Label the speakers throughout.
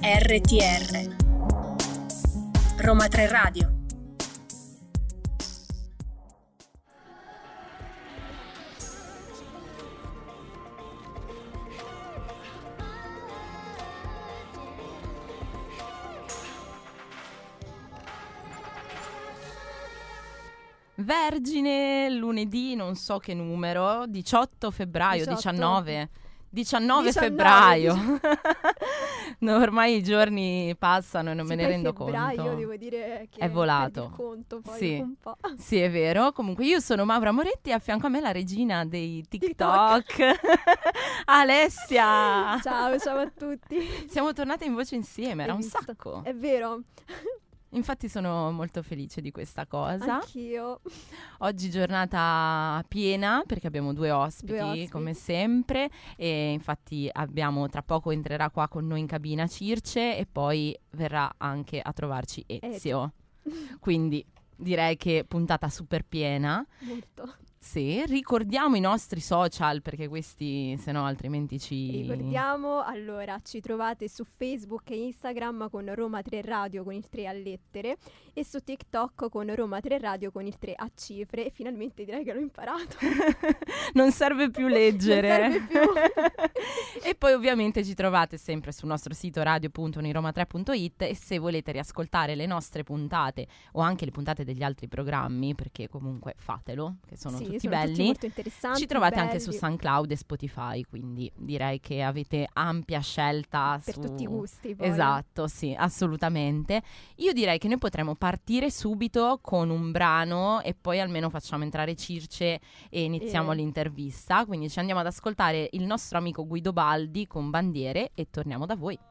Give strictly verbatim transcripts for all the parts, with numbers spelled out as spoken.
Speaker 1: R T R Roma tre Radio.
Speaker 2: Vergine, lunedì, non so che numero, diciotto febbraio,
Speaker 3: diciotto.
Speaker 2: diciannove diciannove
Speaker 3: diciannove,
Speaker 2: febbraio.
Speaker 3: diciannove.
Speaker 2: No, ormai i giorni passano e non
Speaker 3: Sì,
Speaker 2: me ne
Speaker 3: poi
Speaker 2: rendo
Speaker 3: febbraio,
Speaker 2: conto.
Speaker 3: devo dire che
Speaker 2: È volato.
Speaker 3: perdi il conto poi
Speaker 2: Sì.
Speaker 3: un po'.
Speaker 2: Sì, è vero. Comunque io sono Maura Moretti e a fianco a me la regina dei TikTok, Alessia.
Speaker 3: Ciao, ciao a tutti.
Speaker 2: Siamo tornate in voce insieme, era
Speaker 3: Hai
Speaker 2: un
Speaker 3: visto?
Speaker 2: sacco.
Speaker 3: È vero,
Speaker 2: Infatti sono molto felice di questa cosa.
Speaker 3: anch'io.
Speaker 2: Oggi giornata piena perché abbiamo due ospiti,
Speaker 3: Due ospiti.
Speaker 2: come sempre, e infatti abbiamo, tra poco entrerà qua con noi in cabina Circe e poi verrà anche a trovarci Ezio. Quindi direi che puntata super piena.
Speaker 3: Molto.
Speaker 2: Sì, ricordiamo i nostri social perché questi, se no altrimenti ci...
Speaker 3: Ricordiamo, allora, ci trovate su Facebook e Instagram con Roma tre Radio con il tre a lettere e su TikTok con Roma tre Radio con il tre a cifre, e finalmente direi che l'ho imparato.
Speaker 2: Non serve più leggere.
Speaker 3: Non serve più.
Speaker 2: E poi ovviamente ci trovate sempre sul nostro sito radio punto uniroma tre punto it e se volete riascoltare le nostre puntate o anche le puntate degli altri programmi, perché comunque fatelo, che sono
Speaker 3: Sì,
Speaker 2: tutti
Speaker 3: sono
Speaker 2: belli,
Speaker 3: tutti molto interessanti,
Speaker 2: ci trovate anche
Speaker 3: belli.
Speaker 2: su SoundCloud e Spotify, quindi direi che avete ampia scelta
Speaker 3: Per
Speaker 2: su...
Speaker 3: tutti i gusti poi.
Speaker 2: Esatto, sì, assolutamente. Io direi che noi potremmo partire subito con un brano e poi almeno facciamo entrare Circe e iniziamo
Speaker 3: E-
Speaker 2: l'intervista. Quindi ci andiamo ad ascoltare il nostro amico Guido Baldi con Bandiere e torniamo da voi.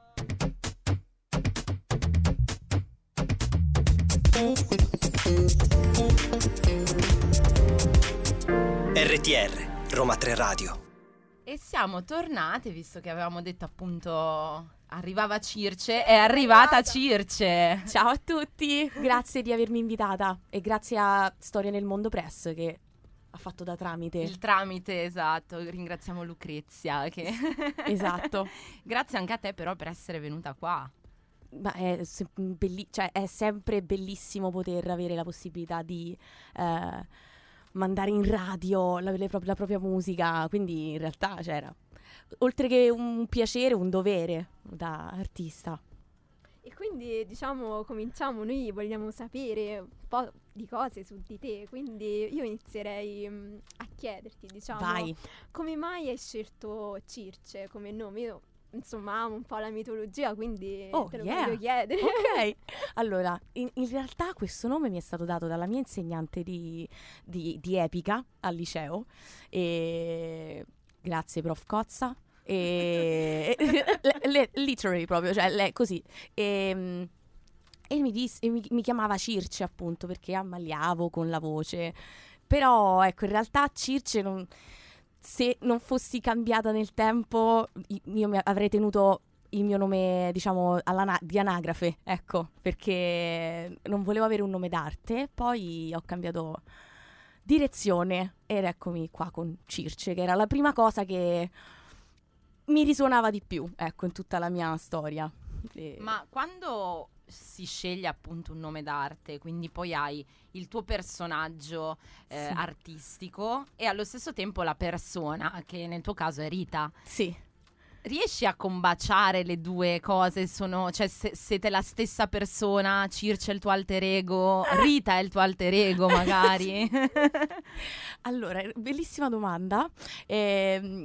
Speaker 4: R T R Roma tre Radio.
Speaker 2: E siamo tornate, visto che avevamo detto appunto arrivava Circe, è arrivata Circe.
Speaker 5: Ciao a tutti, grazie di avermi invitata e grazie a Storia nel Mondo Press che ha fatto da tramite.
Speaker 2: Il tramite, esatto, ringraziamo Lucrezia che...
Speaker 5: Esatto.
Speaker 2: Grazie anche a te però per essere venuta qua.
Speaker 5: Ma è, se- belli- cioè, è sempre bellissimo poter avere la possibilità di eh, mandare in radio la, le prop- la propria musica, quindi in realtà c'era, oltre che un piacere, un dovere da artista.
Speaker 3: E quindi diciamo cominciamo, noi vogliamo sapere un po' di cose su di te, quindi io inizierei mm, a chiederti, diciamo,
Speaker 5: Vai.
Speaker 3: come mai hai scelto Circe come nome? Io insomma amo un po' la mitologia, quindi
Speaker 5: Oh,
Speaker 3: te lo
Speaker 5: yeah.
Speaker 3: voglio chiedere.
Speaker 5: Ok, allora, in, in realtà questo nome mi è stato dato dalla mia insegnante di, di- di epica al liceo, e grazie prof Cozza, e, le- le- literally proprio, cioè lei così, e, mm, e mi, dis- e mi, mi chiamava Circe appunto perché ammaliavo con la voce, però ecco in realtà Circe non... Se non fossi cambiata nel tempo, i- io mi avrei tenuto il mio nome, diciamo, all'ana- di anagrafe, ecco, perché non volevo avere un nome d'arte. Poi ho cambiato direzione ed eccomi qua con Circe, che era la prima cosa che mi risuonava di più, ecco, in tutta la mia storia. E-
Speaker 2: Ma quando si sceglie appunto un nome d'arte, quindi poi hai il tuo personaggio eh,
Speaker 5: Sì.
Speaker 2: artistico e allo stesso tempo la persona, che nel tuo caso è Rita,
Speaker 5: Sì.
Speaker 2: riesci a combaciare le due cose? Sono, cioè se- siete la stessa persona, Circe è il tuo alter ego, Rita è il tuo alter ego magari?
Speaker 5: Allora, bellissima domanda. Ehm,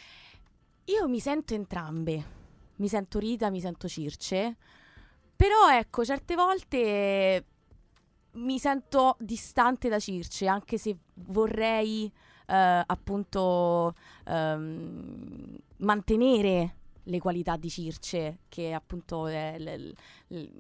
Speaker 5: io mi sento entrambe. Mi sento Rita, mi sento Circe. Però ecco, certe volte mi sento distante da Circe, anche se vorrei eh, appunto ehm, mantenere le qualità di Circe, che appunto è l- l- l-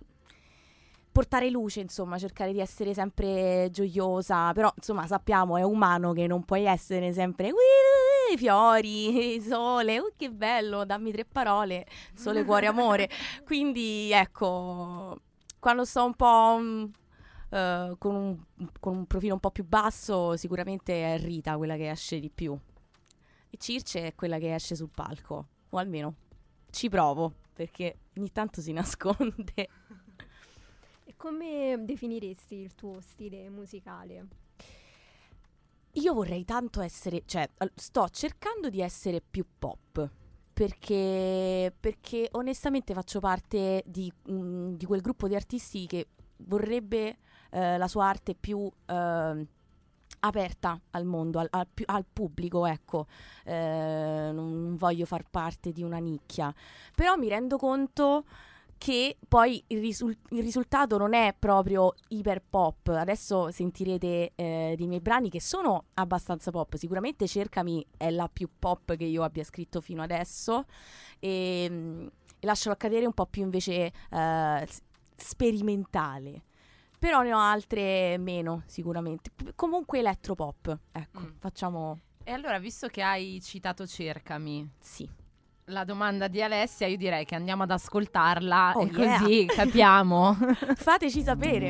Speaker 5: portare luce, insomma, cercare di essere sempre gioiosa, però insomma sappiamo è umano che non puoi essere sempre "Ui, fiori, sole, uh, che bello, dammi tre parole, sole, cuore, amore". Quindi ecco, quando sto un po' mm, eh, con, un, con un profilo un po' più basso, sicuramente è Rita quella che esce di più e Circe è quella che esce sul palco, o almeno ci provo. perché ogni tanto si nasconde.
Speaker 3: E come definiresti il tuo stile musicale?
Speaker 5: Io vorrei tanto essere, cioè al- sto cercando di essere più pop, perché, perché onestamente faccio parte di, mm, di quel gruppo di artisti che vorrebbe eh, la sua arte più eh, aperta al mondo, al, al più- al pubblico, ecco. Eh, non voglio far parte di una nicchia, però mi rendo conto che poi il, risul- il risultato non è proprio iper pop. Adesso sentirete eh, dei miei brani che sono abbastanza pop. Sicuramente Cercami è la più pop che io abbia scritto fino adesso, e, mm, e Lascialo accadere un po' più invece eh, s- sperimentale. Però ne ho altre meno sicuramente. P- comunque elettropop, ecco,
Speaker 2: Mm.
Speaker 5: facciamo
Speaker 2: E allora, visto che hai citato Cercami,
Speaker 5: sì.
Speaker 2: la domanda di Alessia, io direi che andiamo ad ascoltarla
Speaker 5: Oh,
Speaker 2: e
Speaker 5: yeah.
Speaker 2: così capiamo.
Speaker 5: Fateci sapere.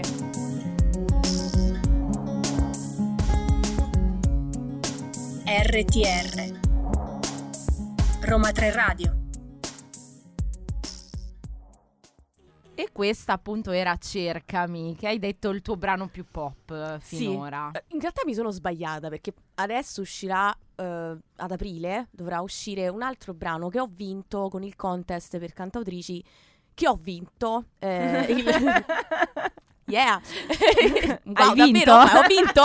Speaker 1: R T R Roma tre Radio.
Speaker 2: E questa appunto era Cercami, che hai detto il tuo brano più pop eh,
Speaker 5: Sì.
Speaker 2: finora.
Speaker 5: Eh, In realtà mi sono sbagliata, perché adesso uscirà eh, ad aprile, dovrà uscire un altro brano che ho vinto con il contest per cantautrici, che ho vinto. eh, il- Yeah! Wow,
Speaker 2: Hai vinto?
Speaker 5: davvero? Ma ho vinto?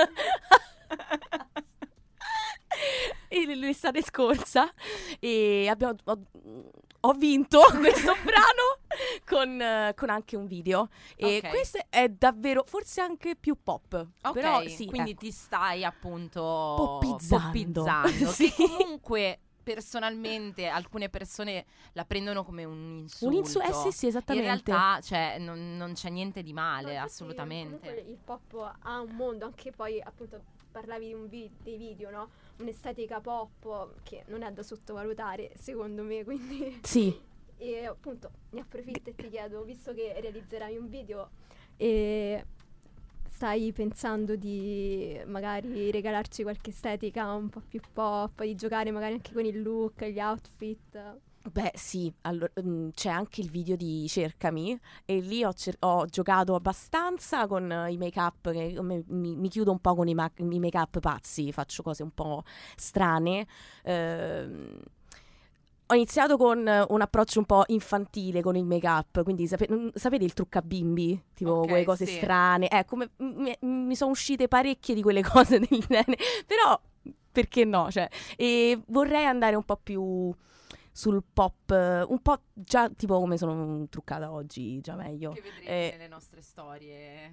Speaker 5: Il- L'estate scorsa, e abbiamo, ho, ho vinto questo brano con, eh, con anche un video, e
Speaker 2: Ok.
Speaker 5: questo è davvero forse anche più pop.
Speaker 2: Ok,
Speaker 5: Però sì,
Speaker 2: quindi
Speaker 5: ecco.
Speaker 2: ti stai appunto
Speaker 5: Poppizzando.
Speaker 2: poppizzando,
Speaker 5: Sì.
Speaker 2: che comunque personalmente alcune persone la prendono come un insulto.
Speaker 5: Un insu- eh sì, sì,
Speaker 2: In
Speaker 5: esattamente.
Speaker 2: realtà, cioè, non, non c'è niente di male,
Speaker 3: No, infatti,
Speaker 2: assolutamente.
Speaker 3: comunque il pop ha un mondo, anche poi appunto parlavi di un vi- dei video, no? Un'estetica pop che non è da sottovalutare, secondo me, quindi...
Speaker 5: Sì.
Speaker 3: E appunto ne approfitto e ti chiedo, visto che realizzerai un video e stai pensando di magari regalarci qualche estetica un po' più pop, di giocare magari anche con il look, gli outfit...
Speaker 5: Beh sì, allora, mm, c'è anche il video di Cercami, e lì ho, cer- ho giocato abbastanza con eh, i make-up, che mi, mi- mi chiudo un po' con i, ma- i make-up pazzi, faccio cose un po' strane. Ehm, ho iniziato con eh, un approccio un po' infantile con il make-up, quindi sape- mm, sapete il trucca bimbi? Tipo
Speaker 2: Ok,
Speaker 5: quelle cose
Speaker 2: sì.
Speaker 5: strane. Ecco, me- mi, mi sono uscite parecchie di quelle cose del genere, però perché no? Cioè, e vorrei andare un po' più sul pop, eh, un po' già tipo come sono truccata oggi, già meglio.
Speaker 2: Che vedrete
Speaker 5: Eh,
Speaker 2: nelle nostre storie.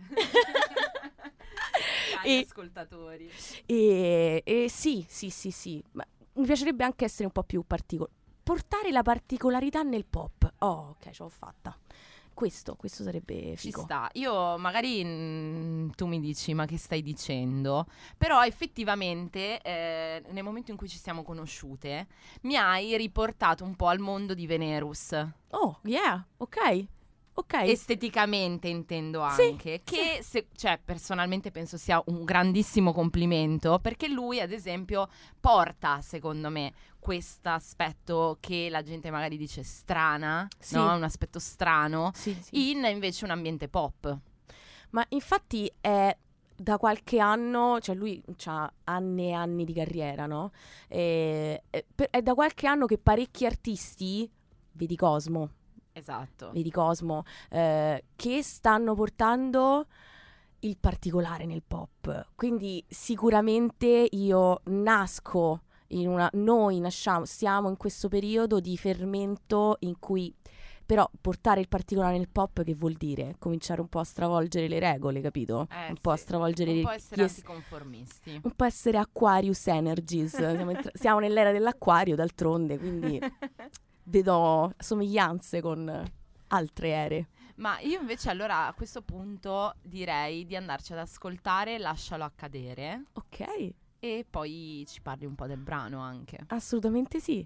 Speaker 5: E-
Speaker 2: Agli ascoltatori.
Speaker 5: E, e sì, sì, sì, sì. Ma mi piacerebbe anche essere un po' più particolare. Portare la particolarità nel pop. Oh, ok, ce l'ho fatta. Questo, questo sarebbe
Speaker 2: Ci
Speaker 5: figo.
Speaker 2: sta. Io magari mm, tu mi dici ma che stai dicendo, però effettivamente eh, nel momento in cui ci siamo conosciute mi hai riportato un po' al mondo di Venerus.
Speaker 5: Oh, yeah, ok. Ok.
Speaker 2: Esteticamente intendo
Speaker 5: Sì,
Speaker 2: anche, che se- cioè, personalmente penso sia un grandissimo complimento, perché lui ad esempio porta secondo me questo aspetto che la gente magari dice strana,
Speaker 5: Sì.
Speaker 2: no? Un aspetto strano,
Speaker 5: Sì, sì.
Speaker 2: in invece un ambiente pop.
Speaker 5: Ma infatti è da qualche anno, cioè lui ha anni e anni di carriera, no? E- e per- è da qualche anno che parecchi artisti, vedi Cosmo,
Speaker 2: Esatto.
Speaker 5: vedi Cosmo, eh, che stanno portando il particolare nel pop. Quindi sicuramente io nasco in una, noi nasciamo, siamo in questo periodo di fermento in cui però portare il particolare nel pop che vuol dire? Cominciare un po' a stravolgere le regole, capito?
Speaker 2: Eh,
Speaker 5: un po' a
Speaker 2: sì.
Speaker 5: stravolgere
Speaker 2: Un
Speaker 5: le-
Speaker 2: po' essere
Speaker 5: gli es-
Speaker 2: anticonformisti.
Speaker 5: un po' essere Aquarius Energies. siamo, entra- siamo nell'era dell'acquario d'altronde, quindi vedo somiglianze con altre ere.
Speaker 2: Ma io invece allora a questo punto direi di andarci ad ascoltare Lascialo accadere
Speaker 5: Ok,
Speaker 2: e poi ci parli un po' del brano anche.
Speaker 5: assolutamente sì.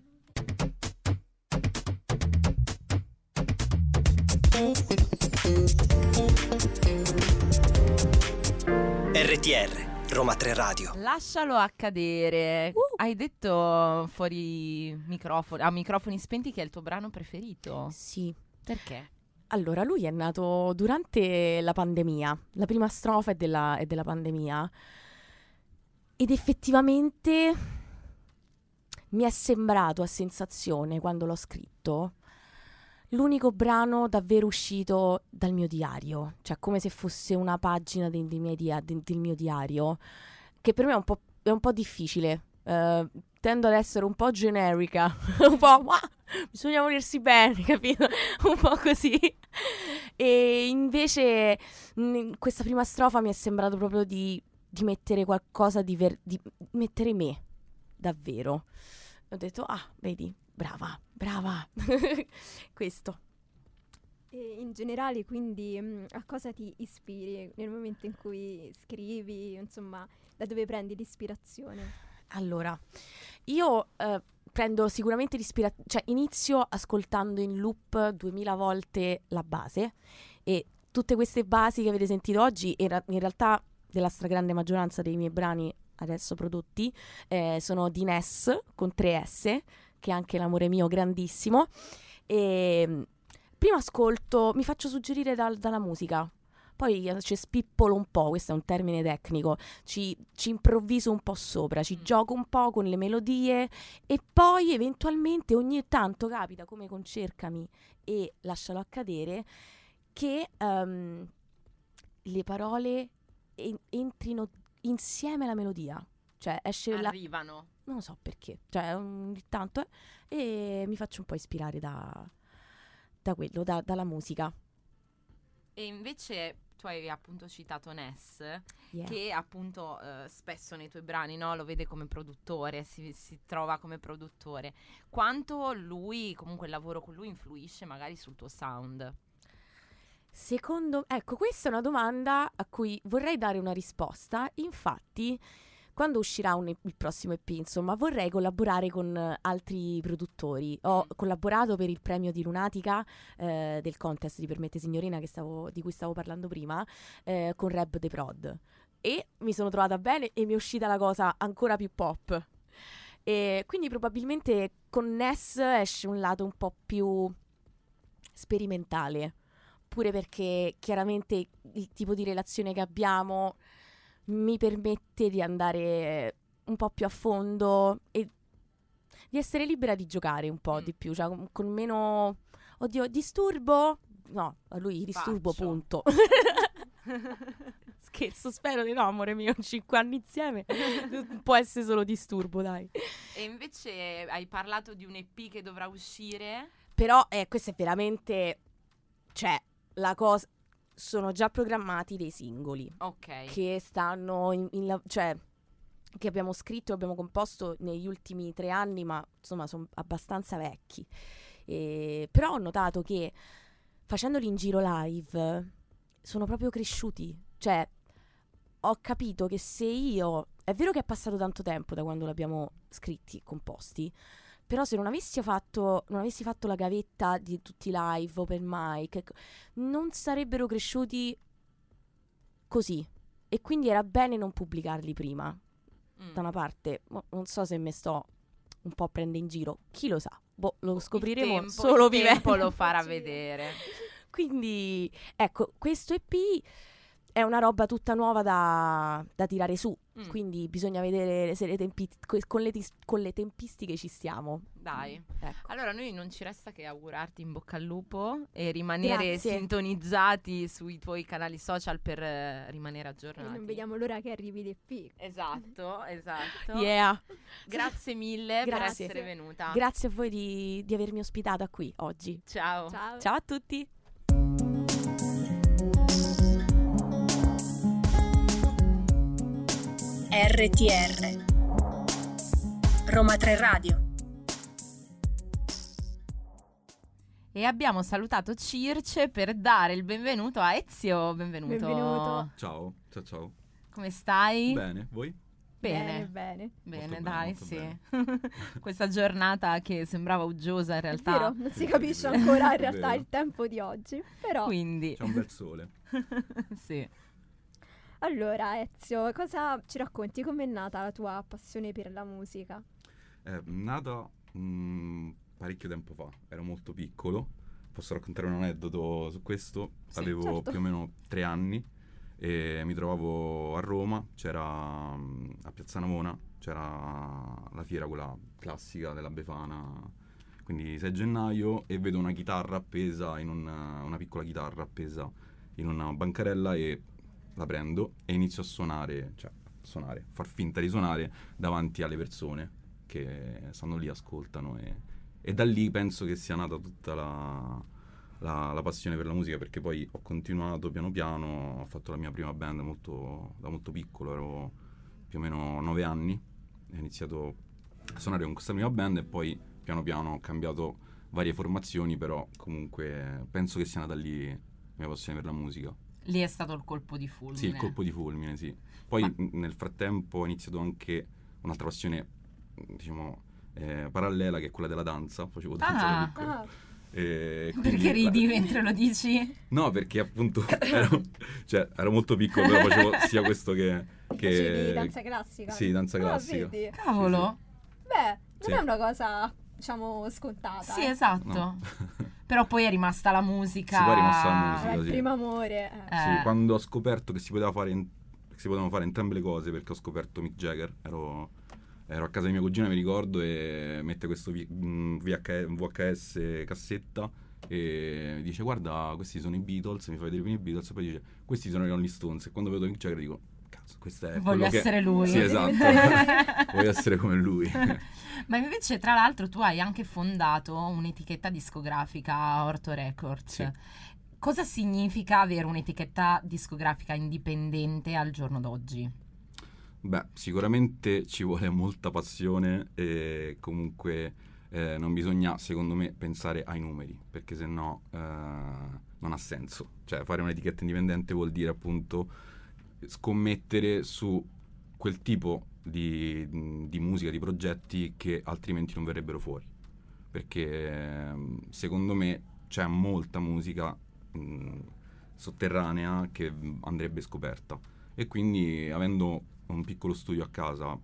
Speaker 4: R T R Roma tre Radio.
Speaker 2: Lascialo accadere.
Speaker 5: Uh.
Speaker 2: Hai detto fuori microfono, a microfoni spenti che è il tuo brano preferito.
Speaker 5: Sì.
Speaker 2: Perché?
Speaker 5: Allora, lui è nato durante la pandemia. La prima strofa è della, è della pandemia. Ed effettivamente mi è sembrato a sensazione, quando l'ho scritto, l'unico brano davvero uscito dal mio diario. Cioè, come se fosse una pagina del, del, mio, dia- del, del mio diario. Che per me è un po', è un po' difficile. Uh, tendo ad essere un po' generica. Un po', ma bisogna volersi bene, capito? Un po' così. E invece mh, questa prima strofa mi è sembrato proprio di, di mettere qualcosa di, ver- di mettere me, davvero. Ho detto, ah, vedi, brava, brava. Questo.
Speaker 3: E in generale, quindi, mh, a cosa ti ispiri nel momento in cui scrivi, insomma, da dove prendi l'ispirazione?
Speaker 5: Allora, io eh, prendo sicuramente l'ispirazione, cioè inizio ascoltando in loop duemila volte la base, e tutte queste basi che avete sentito oggi, in, ra- in realtà della stragrande maggioranza dei miei brani adesso prodotti, eh, sono di Ness con tre S, che è anche l'amore mio grandissimo. E prima ascolto, mi faccio suggerire dal, dalla musica, poi ci spippolo un po', questo è un termine tecnico, ci, ci improvviso un po' sopra, ci gioco un po' con le melodie, e poi eventualmente ogni tanto capita, come con Cercami e Lascialo accadere, che um, le parole en- entrino insieme alla melodia. Cioè esce la...
Speaker 2: Arrivano.
Speaker 5: Non lo so perché, cioè ogni tanto, eh, e mi faccio un po' ispirare da, da quello, da, dalla musica.
Speaker 2: E invece tu hai appunto citato Ness,
Speaker 5: Yeah.
Speaker 2: che appunto eh, spesso nei tuoi brani, no, lo vede come produttore, si, si trova come produttore. Quanto lui, comunque il lavoro con lui, influisce magari sul tuo sound?
Speaker 5: Secondo, ecco, questa è una domanda a cui vorrei dare una risposta. Infatti, quando uscirà un, il prossimo E P, insomma, vorrei collaborare con uh, altri produttori. Ho
Speaker 2: Mm.
Speaker 5: collaborato per il premio di Lunatica eh, del contest di Permette Signorina, che stavo, di cui stavo parlando prima, eh, con Reb The Prod. E mi sono trovata bene e mi è uscita la cosa ancora più pop. E quindi probabilmente con Ness esce un lato un po' più sperimentale. Pure perché chiaramente il tipo di relazione che abbiamo mi permette di andare un po' più a fondo e di essere libera di giocare un po'
Speaker 2: Mm.
Speaker 5: di più, cioè con, con meno, oddio, disturbo? No, a lui disturbo,
Speaker 2: Faccio.
Speaker 5: punto. Scherzo, spero di no, amore mio, cinque anni insieme può essere solo disturbo, dai.
Speaker 2: E invece hai parlato di un E P che dovrà uscire?
Speaker 5: Però eh, questo è veramente, cioè, la cosa, sono già programmati dei singoli
Speaker 2: Ok.
Speaker 5: che stanno in, in la- cioè che abbiamo scritto e abbiamo composto negli ultimi tre anni, ma insomma sono abbastanza vecchi. E, però ho notato che facendoli in giro live sono proprio cresciuti. Cioè, ho capito che se io... È vero che è passato tanto tempo da quando l'abbiamo scritti, composti, però se non avessi fatto, non avessi fatto la gavetta di tutti i live, open mic, ecco, non sarebbero cresciuti così. E quindi era bene non pubblicarli prima.
Speaker 2: Mm.
Speaker 5: Da una parte, mo- non so se mi sto un po' prendendo in giro, chi lo sa, boh, lo scopriremo
Speaker 2: Il tempo,
Speaker 5: solo
Speaker 2: il tempo
Speaker 5: vivendo.
Speaker 2: lo farà
Speaker 3: Ci
Speaker 2: vedere.
Speaker 5: Quindi, ecco, questo E P è una roba tutta nuova da, da tirare su.
Speaker 2: Mm.
Speaker 5: Quindi bisogna vedere se le tempi- que- con, le tis- con le tempistiche ci stiamo.
Speaker 2: Dai.
Speaker 5: Ecco.
Speaker 2: Allora noi non ci resta che augurarti in bocca al lupo e rimanere
Speaker 5: Grazie.
Speaker 2: sintonizzati sui tuoi canali social per eh, rimanere
Speaker 3: E
Speaker 2: aggiornati.
Speaker 3: non vediamo l'ora che arrivi l'E P.
Speaker 2: Esatto, esatto.
Speaker 5: Yeah.
Speaker 2: Grazie mille per
Speaker 5: Grazie.
Speaker 2: essere venuta.
Speaker 5: Grazie a voi di, di avermi ospitata qui oggi.
Speaker 2: Ciao.
Speaker 3: Ciao.
Speaker 5: Ciao a tutti.
Speaker 1: R T R Roma tre Radio.
Speaker 2: E abbiamo salutato Circe per dare il benvenuto a Ezio. Benvenuto.
Speaker 3: Benvenuto.
Speaker 6: Ciao, ciao ciao.
Speaker 2: Come stai?
Speaker 6: Bene, voi?
Speaker 2: Bene.
Speaker 3: Bene,
Speaker 2: Bene,
Speaker 6: Molto
Speaker 2: dai,
Speaker 6: bene,
Speaker 2: sì. Questa giornata che sembrava uggiosa in
Speaker 3: È
Speaker 2: realtà.
Speaker 3: vero, non si
Speaker 6: Sì,
Speaker 3: capisce
Speaker 6: sì,
Speaker 3: ancora in
Speaker 6: è
Speaker 3: realtà
Speaker 6: vero.
Speaker 3: il tempo di oggi, però...
Speaker 2: Quindi
Speaker 6: C'è un bel sole.
Speaker 2: sì.
Speaker 3: Allora, Ezio, cosa ci racconti? Com'è nata la tua passione per la musica?
Speaker 6: È nata mh, parecchio tempo fa, ero molto piccolo. Posso raccontare un aneddoto su questo?
Speaker 2: Sì,
Speaker 6: Avevo
Speaker 3: certo.
Speaker 6: più o meno tre anni e mi trovavo a Roma, c'era mh, a Piazza Navona, c'era la fiera quella classica della Befana, quindi sei gennaio, e vedo una chitarra appesa, in una, una piccola chitarra appesa in una bancarella, e la prendo e inizio a suonare, cioè a suonare, far finta di suonare davanti alle persone che stanno lì, ascoltano, e, e da lì penso che sia nata tutta la, la, la passione per la musica, perché poi ho continuato piano piano, ho fatto la mia prima band molto, da molto piccolo, ero più o meno nove anni, ho iniziato a suonare con questa prima band e poi piano piano ho cambiato varie formazioni, però comunque penso che sia nata lì la mia passione per la musica.
Speaker 2: Lì è stato il colpo di fulmine.
Speaker 6: Sì, il colpo di fulmine, sì. Poi
Speaker 2: Ma...
Speaker 6: n- nel frattempo ho iniziato anche un'altra passione, diciamo, eh, parallela, che è quella della danza. Facevo danza da
Speaker 2: Ah.
Speaker 6: piccolo.
Speaker 3: Ah,
Speaker 6: E
Speaker 2: Perché
Speaker 6: quindi
Speaker 2: ridi
Speaker 6: la-
Speaker 2: mentre lo dici?
Speaker 6: No, perché appunto ero, cioè, ero molto piccolo, però facevo sia questo che... che...
Speaker 3: facevi danza classica?
Speaker 6: Sì, danza
Speaker 3: Ah,
Speaker 6: classica.
Speaker 3: vedi?
Speaker 2: Cavolo.
Speaker 3: Beh, non
Speaker 6: Sì.
Speaker 3: è una cosa, diciamo, scontata.
Speaker 2: Sì,
Speaker 3: eh.
Speaker 2: esatto.
Speaker 6: No.
Speaker 2: Però poi è rimasta la musica.
Speaker 6: Sì, poi è rimasta la musica.
Speaker 3: Era il
Speaker 6: sì.
Speaker 3: primo amore. eh.
Speaker 2: Eh.
Speaker 6: Sì, quando ho scoperto che si poteva fare in- che si potevano fare entrambe le cose, perché ho scoperto Mick Jagger, ero, ero a casa di mia cugina, mi ricordo, e mette questo V- mh, V H- V H S cassetta e mi dice: guarda, questi sono i Beatles, mi fa vedere i Beatles, e poi dice: questi sono i Rolling Stones, e quando vedo Mick Jagger dico: cazzo, questo è
Speaker 2: Voglio
Speaker 6: quello che...
Speaker 2: essere lui.
Speaker 6: Sì, esatto. Voglio essere come lui.
Speaker 2: Ma invece, tra l'altro, tu hai anche fondato un'etichetta discografica, Orto Records.
Speaker 6: Sì.
Speaker 2: Cosa significa avere un'etichetta discografica indipendente al giorno d'oggi?
Speaker 6: Beh, sicuramente ci vuole molta passione e comunque eh, non bisogna, secondo me, pensare ai numeri, perché sennò eh, non ha senso. Cioè, fare un'etichetta indipendente vuol dire appunto scommettere su quel tipo di, di musica, di progetti che altrimenti non verrebbero fuori. Perché ehm, secondo me c'è molta musica mh, sotterranea che mh, andrebbe scoperta. E quindi, avendo un piccolo studio a casa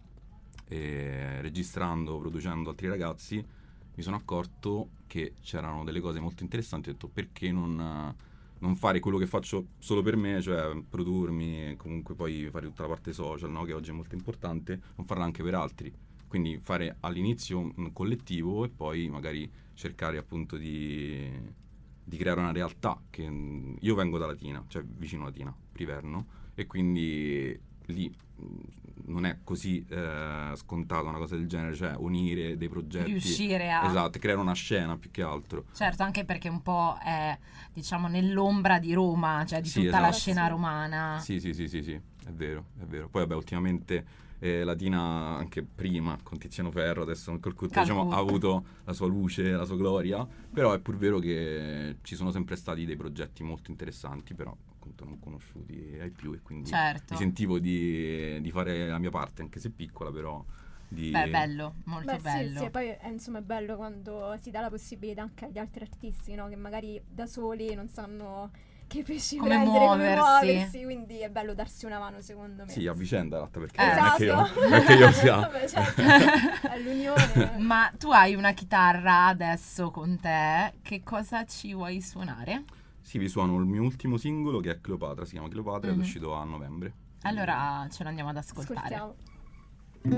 Speaker 6: e registrando, producendo altri ragazzi, mi sono accorto che c'erano delle cose molto interessanti. Ho detto: perché non, non fare quello che faccio solo per me, cioè produrmi e comunque poi fare tutta la parte social, no? Che oggi è molto importante, non farla anche per altri. Quindi fare all'inizio un collettivo e poi magari cercare appunto di, di creare una realtà. Che io vengo da Latina, cioè vicino a Latina, Priverno, e quindi lì non è così eh, scontata una cosa del genere, cioè unire dei progetti,
Speaker 2: Riuscire a...
Speaker 6: esatto, creare una scena più che altro.
Speaker 2: Certo, anche perché un po' è, diciamo, nell'ombra di Roma, cioè di
Speaker 6: Sì,
Speaker 2: tutta la
Speaker 6: esatto.
Speaker 2: scena romana.
Speaker 6: Sì, sì, sì, sì, sì, è vero, è vero. Poi vabbè, ultimamente eh, Latina, anche prima con Tiziano Ferro, adesso con Calcutta, diciamo, ha avuto la sua luce, la sua gloria, però è pur vero che ci sono sempre stati dei progetti molto interessanti, però appunto non conosciuti ai più, e quindi
Speaker 2: Certo.
Speaker 6: mi sentivo di, di fare la mia parte, anche se piccola, però di...
Speaker 2: Beh, bello, molto
Speaker 3: Beh,
Speaker 2: bello.
Speaker 3: sì, sì, poi è, insomma, è bello quando si dà la possibilità anche agli altri artisti, no? Che magari da soli non sanno che pesci
Speaker 2: Come
Speaker 3: prendere, come
Speaker 2: muoversi.
Speaker 3: muoversi, quindi è bello darsi una mano, secondo me.
Speaker 6: Sì, a vicenda, in realtà, perché
Speaker 2: Eh.
Speaker 6: non è che io,
Speaker 3: Esatto.
Speaker 6: non è che io sia...
Speaker 3: Vabbè, certo. All'unione.
Speaker 2: Ma tu hai una chitarra adesso con te, che cosa ci vuoi suonare?
Speaker 6: Sì, vi suono il mio ultimo singolo, che è Cleopatra, si chiama Cleopatra,
Speaker 2: Mhm.
Speaker 6: ed è uscito a novembre.
Speaker 2: Allora ce lo andiamo ad ascoltare.
Speaker 3: Ascoltiamo.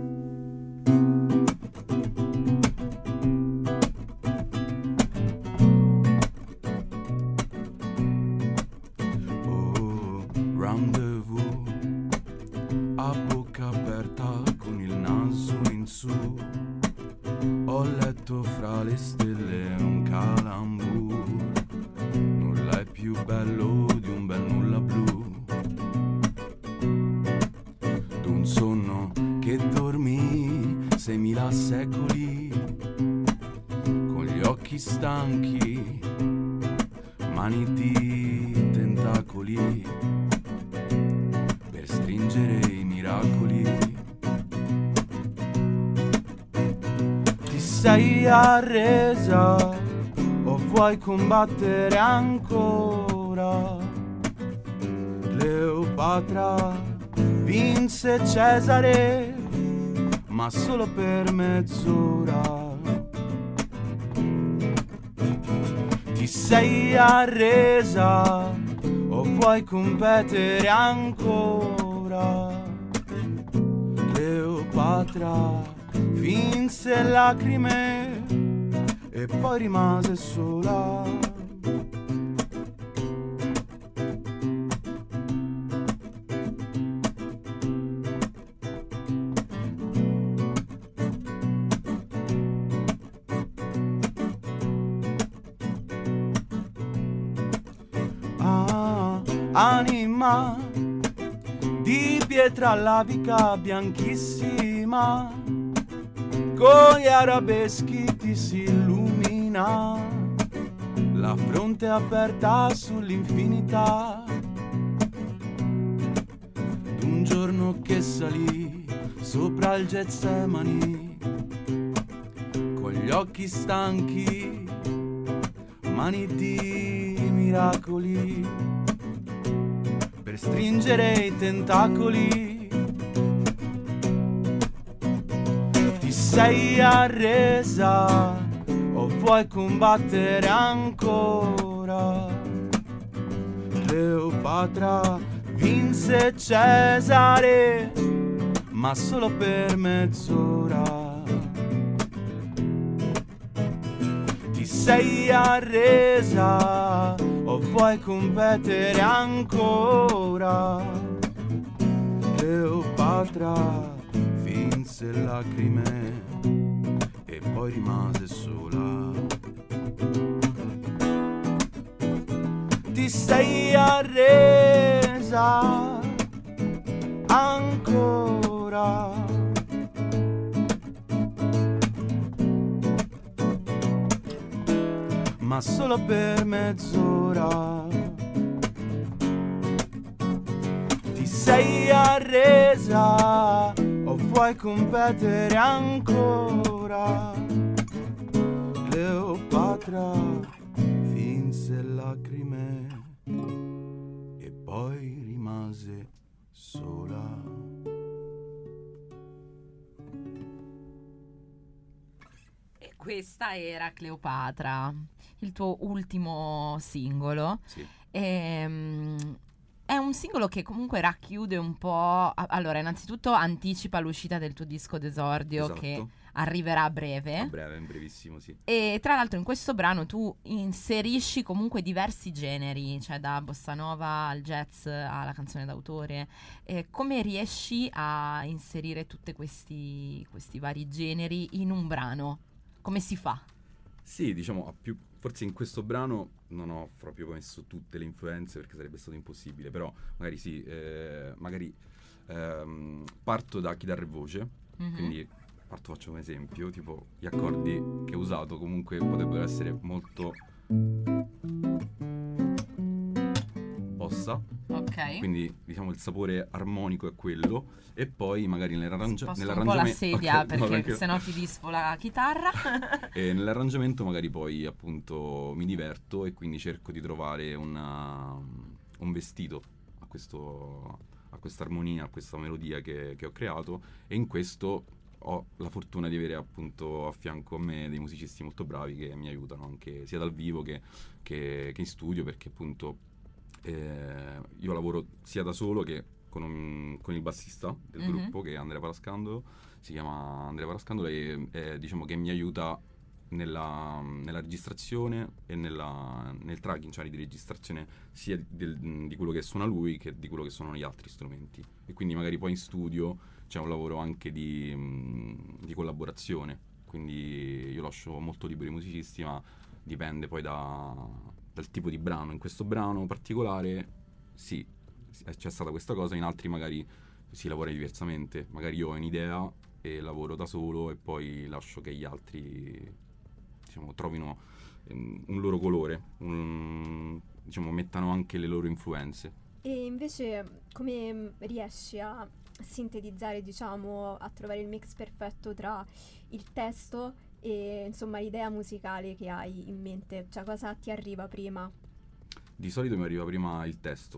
Speaker 6: Oh, rendezvous, a bocca aperta con il naso in su. Ho letto fra le stelle un calambur. Nulla è più bello di un bel nulla blu. D'un sonno che dormì seimila secoli, con gli occhi stanchi, mani di tentacoli, per stringere i miracoli. Ti sei arresa o vuoi combattere ancora?
Speaker 7: Cleopatra vinse Cesare, ma solo per mezz'ora. Ti sei arresa o vuoi competere ancora? Cleopatra finse lacrime e poi rimase sola. Anima di pietra lavica bianchissima, con gli arabeschi ti si illumina, la fronte aperta sull'infinità. Un giorno che salì sopra il Getsemani, con gli occhi stanchi, mani di miracoli, per stringere i tentacoli. Ti sei arresa o vuoi combattere ancora? Cleopatra vinse Cesare, ma solo per mezz'ora. Ti sei arresa o vuoi competere ancora? Cleopatra finse lacrime e poi rimase sola. Ti sei arresa ancora? Ma solo per mezz'ora. Ti sei arresa o vuoi competere ancora? Cleopatra finse lacrime e poi rimase sola.
Speaker 2: E questa era Cleopatra, il tuo ultimo singolo.
Speaker 6: Sì.
Speaker 2: Ehm, è un singolo che comunque racchiude un po'. Allora, innanzitutto anticipa l'uscita del tuo disco d'esordio,
Speaker 6: Esatto.
Speaker 2: che arriverà a breve.
Speaker 6: A breve, in brevissimo, sì.
Speaker 2: E tra l'altro in questo brano tu inserisci comunque diversi generi, cioè da bossa nova al jazz alla canzone d'autore. E come riesci a inserire tutti questi, questi vari generi in un brano? Come si fa?
Speaker 6: Sì, diciamo, a più, forse in questo brano non ho proprio messo tutte le influenze perché sarebbe stato impossibile, però magari sì, eh, magari ehm, parto da chitarra e voce,
Speaker 2: Mhm.
Speaker 6: quindi parto, faccio un esempio, tipo gli accordi che ho usato comunque potrebbero essere molto bossa,
Speaker 2: Ok.
Speaker 6: quindi diciamo il sapore armonico è quello, e poi magari nell'arrangia-
Speaker 2: Sposto un po' la
Speaker 6: nell'arrangiamento
Speaker 2: sedia
Speaker 6: ok, no,
Speaker 2: perché
Speaker 6: tranquillo.
Speaker 2: sennò ti disfo la chitarra.
Speaker 6: E nell'arrangiamento magari poi appunto mi diverto e quindi cerco di trovare una, un vestito a questo, a questa armonia, a questa melodia che, che ho creato, e in questo ho la fortuna di avere appunto a fianco a me dei musicisti molto bravi che mi aiutano anche sia dal vivo che, che, che in studio, perché appunto eh, io lavoro sia da solo che con, un, con il bassista del
Speaker 2: Mhm.
Speaker 6: gruppo, che è Andrea Parascandolo, si chiama Andrea Parascandolo, e e diciamo che mi aiuta nella, nella registrazione e nella, nel tracking, cioè di registrazione sia del, di quello che suona lui che di quello che suonano gli altri strumenti, e quindi magari poi in studio c'è un lavoro anche di, mh, di collaborazione, quindi io lascio molto liberi i musicisti, ma dipende poi da, dal tipo di brano. In questo brano particolare sì, c'è stata questa cosa, in altri magari si lavora diversamente, magari io ho un'idea e lavoro da solo e poi lascio che gli altri, diciamo, trovino um, un loro colore, un, diciamo, mettano anche le loro influenze.
Speaker 3: E invece come mm, riesci a sintetizzare, diciamo, a trovare il mix perfetto tra il testo e insomma l'idea musicale che hai in mente? Cioè cosa ti arriva prima?
Speaker 6: Di solito mi arriva prima il testo,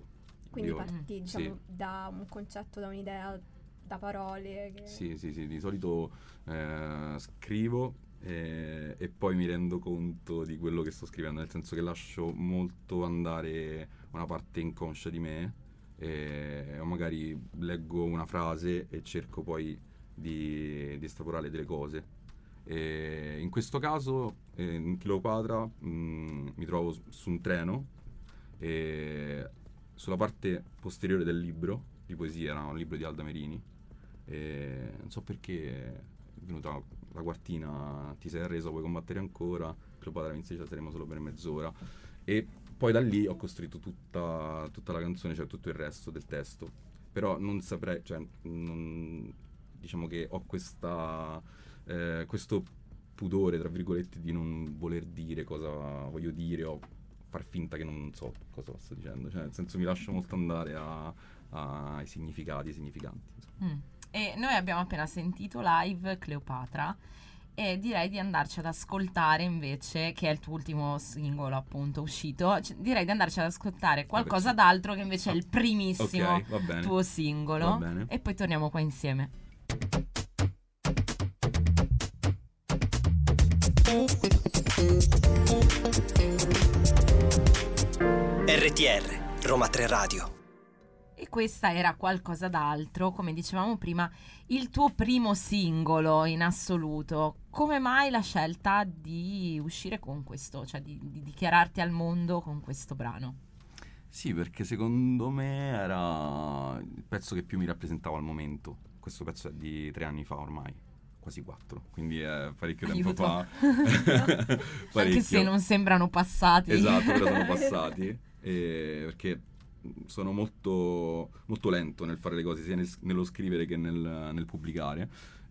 Speaker 3: Quindi
Speaker 6: Io-
Speaker 3: parti, diciamo,
Speaker 6: sì.
Speaker 3: da un concetto, da un'idea, da parole. Che...
Speaker 6: Sì, sì, sì, di solito eh, scrivo e, e poi mi rendo conto di quello che sto scrivendo, nel senso che lascio molto andare una parte inconscia di me, e, o magari leggo una frase e cerco poi di, di estraporare delle cose. E in questo caso, eh, in Cleopatra, mh, mi trovo su, su un treno e sulla parte posteriore del libro di poesia, era un libro di Alda Merini, e non so perché è venuta la quartina: ti sei arreso, puoi combattere ancora, Cleopatra vince, ci saremo solo per mezz'ora. E poi da lì ho costruito tutta, tutta la canzone, cioè tutto il resto del testo. Però non saprei, cioè non, diciamo che ho questa eh, questo pudore, tra virgolette, di non voler dire cosa voglio dire o far finta che non so cosa sto dicendo, cioè nel senso mi lascio molto andare a, a, ai significati, ai significanti.
Speaker 2: Mm. E noi abbiamo appena sentito live Cleopatra e direi di andarci ad ascoltare invece, che è il tuo ultimo singolo appunto uscito, c- direi di andarci ad ascoltare qualcosa
Speaker 6: sì.
Speaker 2: d'altro che invece è il primissimo
Speaker 6: Ok, va bene.
Speaker 2: tuo singolo,
Speaker 6: Va bene.
Speaker 2: e poi torniamo qua insieme.
Speaker 4: R T R, Roma tre Radio.
Speaker 2: E questa era qualcosa d'altro, come dicevamo prima, il tuo primo singolo in assoluto. Come mai la scelta di uscire con questo, cioè di, di dichiararti al mondo con questo brano?
Speaker 6: Sì, perché secondo me era il pezzo che più mi rappresentava al momento. Questo pezzo è di tre anni fa ormai, quasi quattro, quindi è parecchio tempo
Speaker 2: Aiuto.
Speaker 6: fa.
Speaker 2: Anche
Speaker 6: Parecchio.
Speaker 2: se non sembrano passati.
Speaker 6: Esatto, però sono passati, e perché sono molto, molto lento nel fare le cose, sia nel- nello scrivere che nel, nel pubblicare,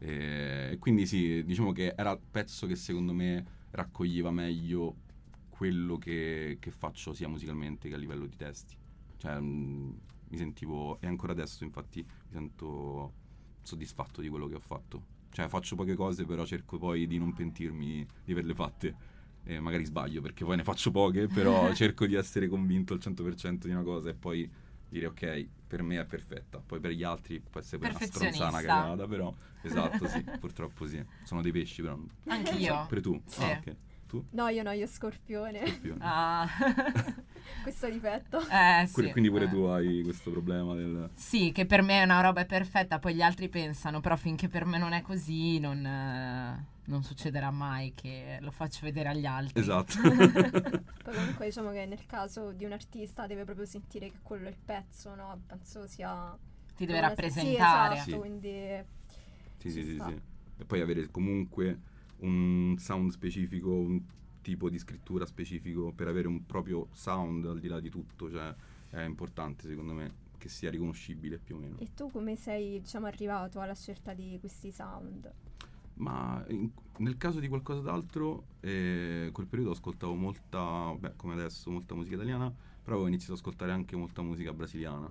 Speaker 6: e, e quindi sì, diciamo che era il pezzo che secondo me raccoglieva meglio quello che, che faccio sia musicalmente che a livello di testi. Cioè mh, mi sentivo, e ancora adesso infatti mi sento soddisfatto di quello che ho fatto. Cioè faccio poche cose, però cerco poi di non pentirmi di averle fatte. E magari sbaglio perché poi ne faccio poche, però cerco di essere convinto al cento per cento di una cosa e poi dire ok, per me è perfetta, poi per gli altri può essere pure una stronzata, una cagata, però esatto, sì, purtroppo sì. Sono dei pesci, però
Speaker 2: Anch'io.
Speaker 6: pure tu.
Speaker 2: Sì.
Speaker 6: Ah, ok. Tu?
Speaker 3: No, io no, io scorpione.
Speaker 6: Scorpione.
Speaker 2: Ah.
Speaker 3: Questo difetto.
Speaker 2: Eh, sì.
Speaker 6: Quindi- Quindi pure
Speaker 2: eh.
Speaker 6: tu hai questo problema del...
Speaker 2: Sì, che per me è una roba perfetta, poi gli altri pensano, però finché per me non è così non, eh, non succederà mai che lo faccio vedere agli altri.
Speaker 6: Esatto.
Speaker 3: Poi comunque diciamo che nel caso di un artista deve proprio sentire che quello è il pezzo, no? Penso sia...
Speaker 2: Ti deve
Speaker 3: una-
Speaker 2: rappresentare.
Speaker 3: Sì, esatto,
Speaker 6: Sì.
Speaker 3: quindi...
Speaker 6: Sì,
Speaker 3: ci
Speaker 6: sì, sì,
Speaker 3: sta.
Speaker 6: sì. E poi avere comunque un sound specifico, un tipo di scrittura specifico per avere un proprio sound al di là di tutto, cioè è importante secondo me che sia riconoscibile più o meno.
Speaker 3: E tu come sei, diciamo, arrivato alla scelta di questi sound?
Speaker 6: Ma in- nel caso di qualcosa d'altro, eh, quel periodo ascoltavo molta, beh, come adesso, molta musica italiana, però avevo iniziato ad ascoltare anche molta musica brasiliana,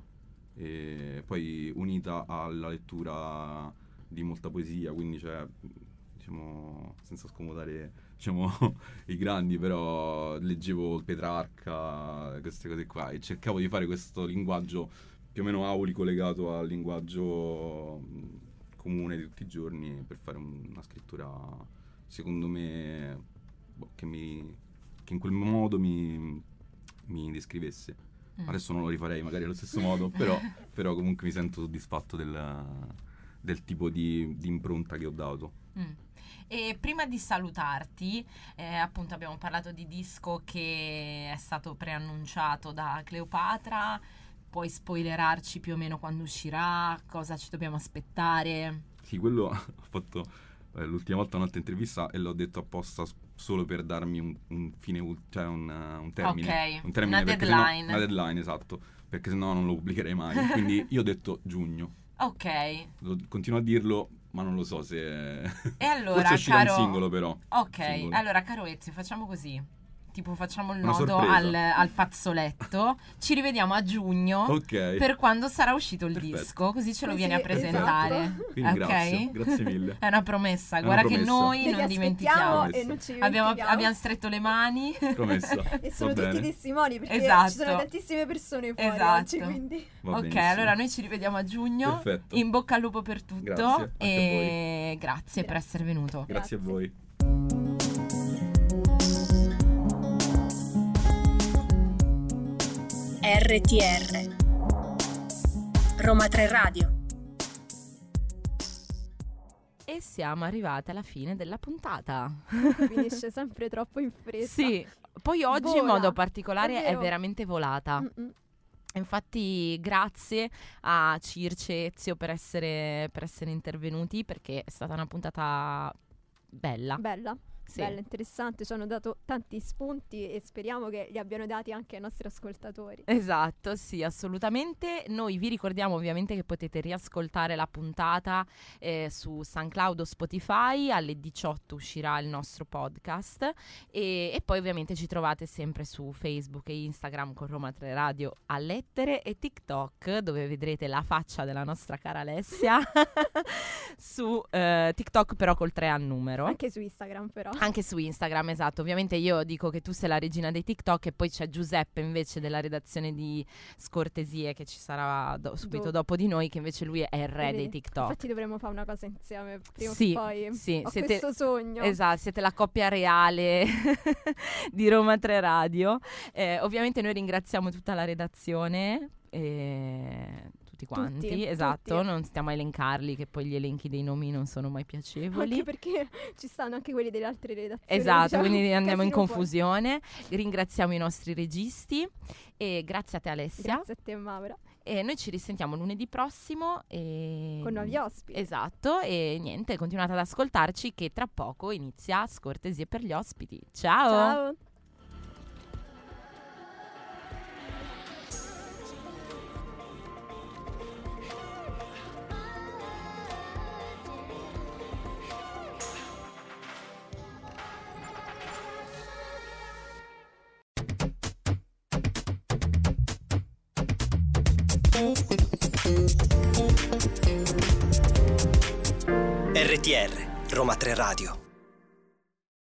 Speaker 6: e poi unita alla lettura di molta poesia, quindi cioè, diciamo, senza scomodare, diciamo, i grandi, però leggevo Petrarca, queste cose qua, e cercavo di fare questo linguaggio più o meno aulico legato al linguaggio mh, comune di tutti i giorni, per fare un- una scrittura, secondo me, boh, che, mi, che in quel modo mi, mi descrivesse.
Speaker 2: Mm.
Speaker 6: Adesso non lo rifarei magari allo stesso modo, però, però comunque mi sento soddisfatto del, del tipo di, di impronta che ho dato.
Speaker 2: Mm. E prima di salutarti, eh, appunto abbiamo parlato di disco che è stato preannunciato da Cleopatra. Puoi spoilerarci più o meno quando uscirà, cosa ci dobbiamo aspettare?
Speaker 6: Sì, quello ho fatto eh, l'ultima volta un'altra intervista e l'ho detto apposta s- solo per darmi un, un fine, ul- cioè un, uh, un termine.
Speaker 2: Ok,
Speaker 6: un termine
Speaker 2: una
Speaker 6: perché sennò-
Speaker 2: deadline.
Speaker 6: una deadline, esatto, perché sennò non lo pubblicherei mai. Quindi io ho detto giugno.
Speaker 2: Ok,
Speaker 6: Lo- continuo a dirlo, ma non lo so se...
Speaker 2: e allora
Speaker 6: Forse uscirà
Speaker 2: caro...
Speaker 6: un singolo però.
Speaker 2: Ok,
Speaker 6: Singolo.
Speaker 2: allora caro Ezio, facciamo così. tipo facciamo il
Speaker 6: Una
Speaker 2: nodo
Speaker 6: sorpresa.
Speaker 2: al, al fazzoletto. Ci rivediamo a giugno
Speaker 6: Ok.
Speaker 2: per quando sarà uscito il
Speaker 6: Perfetto.
Speaker 2: disco, così ce lo
Speaker 3: Così,
Speaker 2: vieni a presentare.
Speaker 3: esatto.
Speaker 6: Vi ringrazio,
Speaker 2: Ok?
Speaker 6: grazie mille.
Speaker 2: È una promessa,
Speaker 6: È una
Speaker 2: guarda
Speaker 6: promessa.
Speaker 2: che noi
Speaker 3: Noi ti
Speaker 2: non dimentichiamo.
Speaker 3: aspettiamo
Speaker 6: Promessa.
Speaker 3: e non ci
Speaker 2: Abbiamo,
Speaker 3: dimentichiamo.
Speaker 2: abbiamo stretto le mani.
Speaker 6: Promessa.
Speaker 3: E sono
Speaker 6: Va
Speaker 3: tutti
Speaker 6: bene.
Speaker 3: testimoni perché
Speaker 2: Esatto.
Speaker 3: ci sono tantissime persone fuori
Speaker 2: Esatto.
Speaker 3: oggi, quindi
Speaker 6: Va
Speaker 2: Ok,
Speaker 6: benissimo.
Speaker 2: allora noi ci rivediamo a giugno.
Speaker 6: Perfetto.
Speaker 2: In bocca al lupo per tutto.
Speaker 6: Grazie, anche a
Speaker 2: e grazie per
Speaker 3: Grazie.
Speaker 2: essere venuto.
Speaker 6: Grazie a
Speaker 3: Grazie.
Speaker 6: voi.
Speaker 1: R T R Roma tre Radio.
Speaker 2: E siamo arrivate alla fine della puntata.
Speaker 3: finisce sempre troppo in fretta.
Speaker 2: Sì, poi oggi in
Speaker 3: Vola.
Speaker 2: modo particolare
Speaker 3: È
Speaker 2: è,
Speaker 3: vero.
Speaker 2: veramente volata.
Speaker 3: Mm-mm.
Speaker 2: Infatti grazie a Circe e Ezio per essere, per essere intervenuti, perché è stata una puntata bella.
Speaker 3: Bella,
Speaker 2: Sì.
Speaker 3: bella, interessante, ci hanno dato tanti spunti e speriamo che li abbiano dati anche ai nostri ascoltatori.
Speaker 2: Esatto, sì, assolutamente. Noi vi ricordiamo ovviamente che potete riascoltare la puntata eh, su SoundCloud o Spotify, alle diciotto uscirà il nostro podcast e, e poi ovviamente ci trovate sempre su Facebook e Instagram con Roma tre Radio a lettere e TikTok, dove vedrete la faccia della nostra cara Alessia su eh, TikTok però col tre a numero.
Speaker 3: Anche su Instagram però.
Speaker 2: Anche su Instagram, esatto. Ovviamente io dico che tu sei la regina dei TikTok e poi c'è Giuseppe invece della redazione di Scortesie che ci sarà do- subito
Speaker 3: Do-
Speaker 2: dopo di noi, che invece lui è il re
Speaker 3: Vedi?
Speaker 2: dei TikTok.
Speaker 3: Infatti dovremmo fare una cosa insieme prima
Speaker 2: Sì,
Speaker 3: o poi.
Speaker 2: sì,
Speaker 3: Ho
Speaker 2: siete-
Speaker 3: questo sogno.
Speaker 2: Esatto, siete la coppia reale di Roma tre Radio. Eh, ovviamente noi ringraziamo tutta la redazione. E tutti quanti,
Speaker 3: Tutti,
Speaker 2: esatto,
Speaker 3: tutti.
Speaker 2: non stiamo a elencarli, che poi gli elenchi dei nomi non sono mai piacevoli.
Speaker 3: Anche perché ci stanno anche quelli delle altre redazioni.
Speaker 2: Esatto,
Speaker 3: diciamo,
Speaker 2: quindi andiamo in
Speaker 3: casino fuori.
Speaker 2: confusione. Ringraziamo i nostri registi e grazie a te Alessia.
Speaker 3: Grazie a te Maura.
Speaker 2: E noi ci risentiamo lunedì prossimo e...
Speaker 3: Con nuovi ospiti.
Speaker 2: Esatto, e niente, continuate ad ascoltarci che tra poco inizia Scortesie per gli ospiti. Ciao!
Speaker 3: Ciao.
Speaker 4: R T R Roma tre Radio.